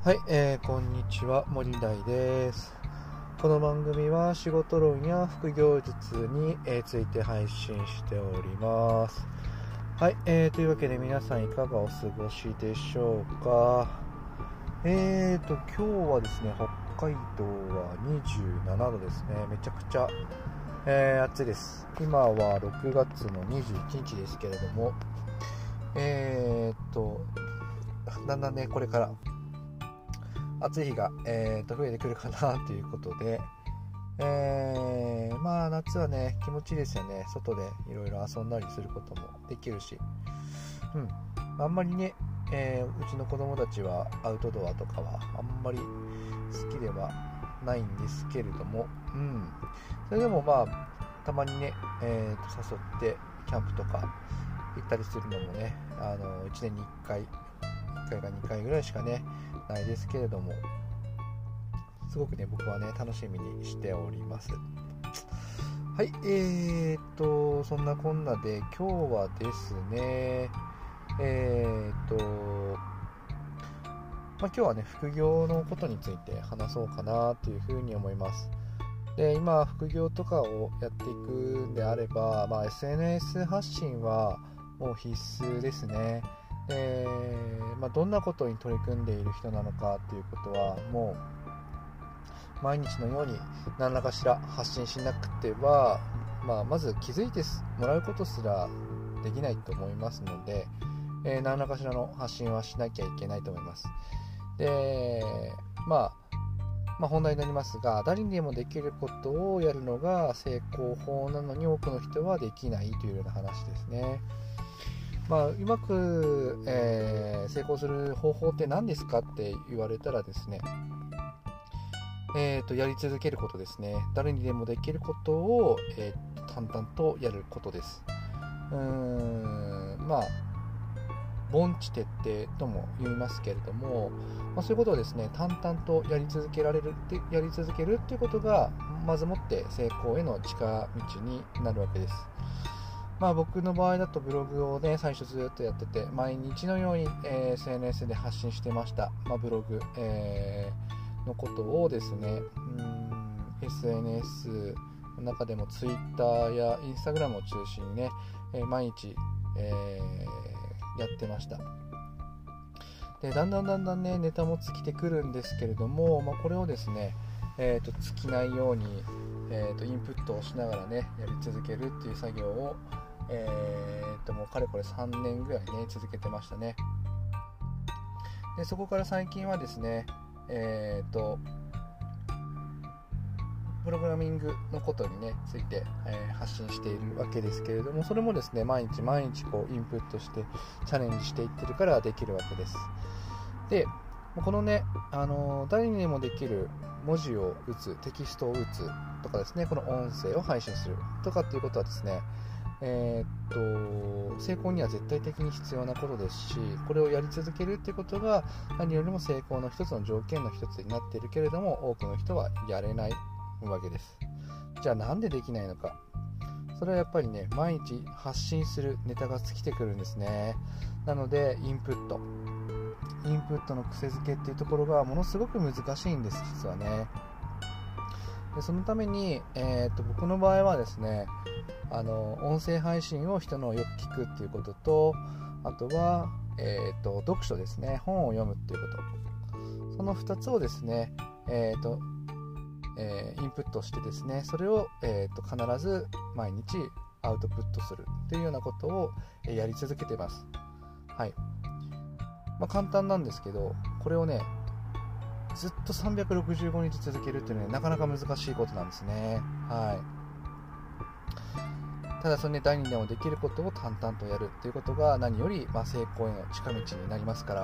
はい、こんにちは、森大です。この番組は仕事論や副業術について配信しております。はい、というわけで皆さんいかがお過ごしでしょうか。今日はですね、北海道は27度ですね。めちゃくちゃ、暑いです。今は6月の21日ですけれども、だんだんね、これから暑い日が、増えてくるかなということで、夏はね気持ちいいですよね。外でいろいろ遊んだりすることもできるし、あんまりね、うちの子供たちはアウトドアとかはあんまり好きではないんですけれども、それでもたまにね、誘ってキャンプとか行ったりするのもね、1年に1回か2回ぐらいしかねないですけれども、すごくね僕はね楽しみにしております。はい、そんなこんなで今日はですね、今日はね副業のことについて話そうかなというふうに思います。で、今副業とかをやっていくんであれば、SNS 発信はもう必須ですね。どんなことに取り組んでいる人なのかということはもう毎日のように何らかしら発信しなくては、まず気づいてもらうことすらできないと思いますので、何らかしらの発信はしなきゃいけないと思います。で、本題になりますが、誰にでもできることをやるのが成功法なのに多くの人はできないというような話ですね。うまく、成功する方法って何ですかって言われたらですね、やり続けることですね。誰にでもできることを、淡々とやることです。凡事徹底とも言いますけれども、そういうことをですね淡々とやり続けるっていうことがまずもって成功への近道になるわけです。僕の場合だとブログをね最初ずっとやってて毎日のように、SNS で発信してました。ブログ、のことをですね、SNS の中でも Twitter や Instagram を中心にね、毎日、やってました。で、だんだんねネタも尽きてくるんですけれども、これをですね、尽きないように、インプットをしながらねやり続けるっていう作業を、もうかれこれ3年ぐらいね続けてましたね。で、そこから最近はですね、プログラミングのことにねついて、発信しているわけですけれども、それもですね毎日こうインプットしてチャレンジしていってるからできるわけです。で、このね、誰にでもできる文字を打つ、テキストを打つとかですね、この音声を配信するとかっていうことはですね、成功には絶対的に必要なことですし、これをやり続けるっていうことが何よりも成功の一つの条件の一つになっているけれども、多くの人はやれないわけです。じゃあなんでできないのか。それはやっぱりね毎日発信するネタが尽きてくるんですね。なのでインプットの癖づけっていうところがものすごく難しいんです、実はね。で、そのために、僕の場合はですね、音声配信を人のをよく聞くっていうことと、あとは、読書ですね、本を読むっていうこと、その2つをですね、インプットしてですね、それを、必ず毎日アウトプットするというようなことを、やり続けています。はい。簡単なんですけど、これをねずっと365日続けるっていうのはなかなか難しいことなんですね。はい。ただそれね、誰にでもできることを淡々とやるっていうことが何より、成功への近道になりますから、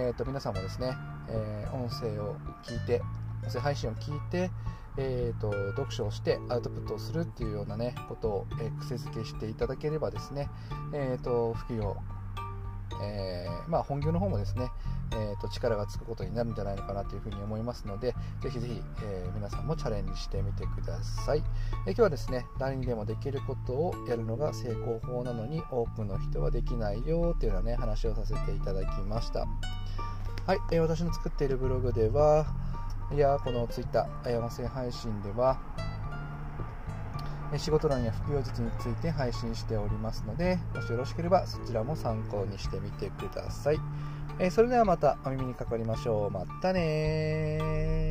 皆さんもですね、音声配信を聞いて、読書をしてアウトプットをするっていうようなねことを、癖づけしていただければですね、副業、本業の方もですね、力がつくことになるんじゃないのかなというふうに思いますので、ぜひぜひ、皆さんもチャレンジしてみてください。今日はですね、誰にでもできることをやるのが成功法なのに多くの人はできないよというようなね話をさせていただきました。 はい、私の作っているブログでは、このツイッター、音声配信では、仕事論や副業術について配信しておりますので、もしよろしければそちらも参考にしてみてください。それではまたお耳にかかりましょう。またねー。